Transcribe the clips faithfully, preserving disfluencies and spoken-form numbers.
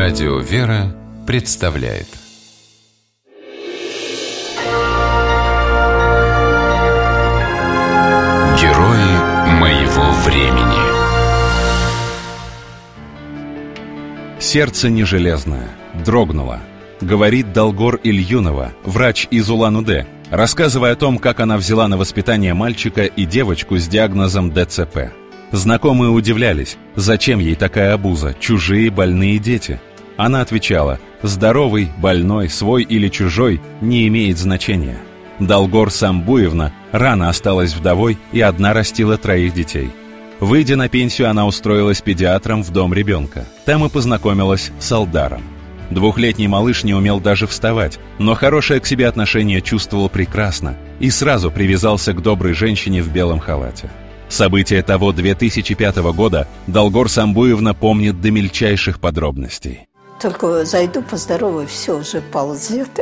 Радио «Вера» представляет Герои моего времени. Сердце не железное, дрогнуло, говорит Долгор Ильюнова, врач из Улан-Удэ, рассказывая о том, как она взяла на воспитание мальчика и девочку с диагнозом дэ цэ пэ. Знакомые удивлялись, зачем ей такая обуза, чужие больные дети. Она отвечала: здоровый, больной, свой или чужой не имеет значения. Долгор Самбуевна рано осталась вдовой и одна растила троих детей. Выйдя на пенсию, она устроилась педиатром в дом ребенка. Там и познакомилась с Алдаром. Двухлетний малыш не умел даже вставать, но хорошее к себе отношение чувствовал прекрасно и сразу привязался к доброй женщине в белом халате. События того две тысячи пятого года Долгор Самбуевна помнит до мельчайших подробностей. Только зайду, поздороваюсь, все уже ползет.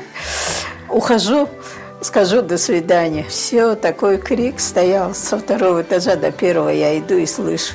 Ухожу, скажу до свидания. Все, такой крик стоял со второго этажа до первого. Я иду и слышу.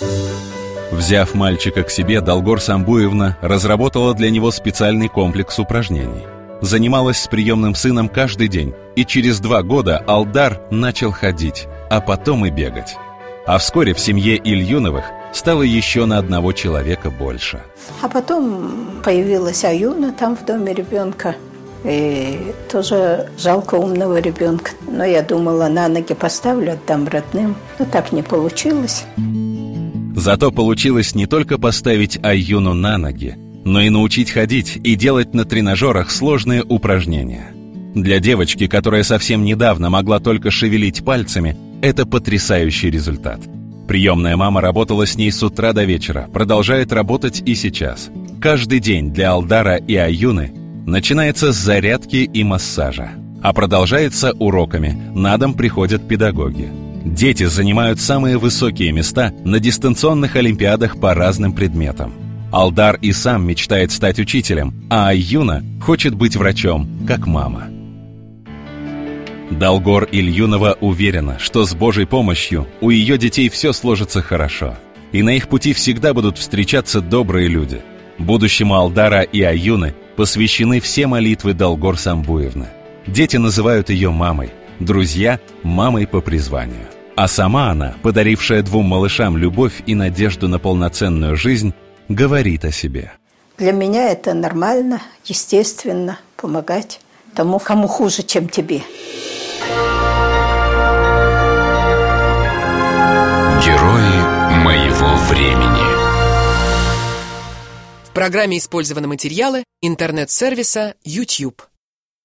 Взяв мальчика к себе, Долгор Самбуевна разработала для него специальный комплекс упражнений. Занималась с приемным сыном каждый день, и через два года Алдар начал ходить, а потом и бегать. А вскоре в семье Ильюновых стало еще на одного человека больше. А потом появилась Аюна там в доме ребенка. И тоже жалко умного ребенка. Но я думала, на ноги поставлю, отдам родным. Но так не получилось. Зато получилось не только поставить Аюну на ноги, но и научить ходить и делать на тренажерах сложные упражнения. Для девочки, которая совсем недавно могла только шевелить пальцами, это потрясающий результат. Приемная мама работала с ней с утра до вечера, продолжает работать и сейчас. Каждый день для Алдара и Аюны начинается с зарядки и массажа, а продолжается уроками. На дом приходят педагоги. Дети занимают самые высокие места на дистанционных олимпиадах по разным предметам. Алдар и сам мечтает стать учителем, а Аюна хочет быть врачом, как мама. Долгор Ильюнова уверена, что с Божьей помощью у ее детей все сложится хорошо, и на их пути всегда будут встречаться добрые люди. Будущему Алдара и Аюны посвящены все молитвы Долгор Самбуевны. Дети называют ее мамой, друзья – мамой по призванию. А сама она, подарившая двум малышам любовь и надежду на полноценную жизнь, говорит о себе. Для меня это нормально, естественно, помогать тому, кому хуже, чем тебе. Герои моего времени. В программе использованы материалы интернет-сервиса YouTube.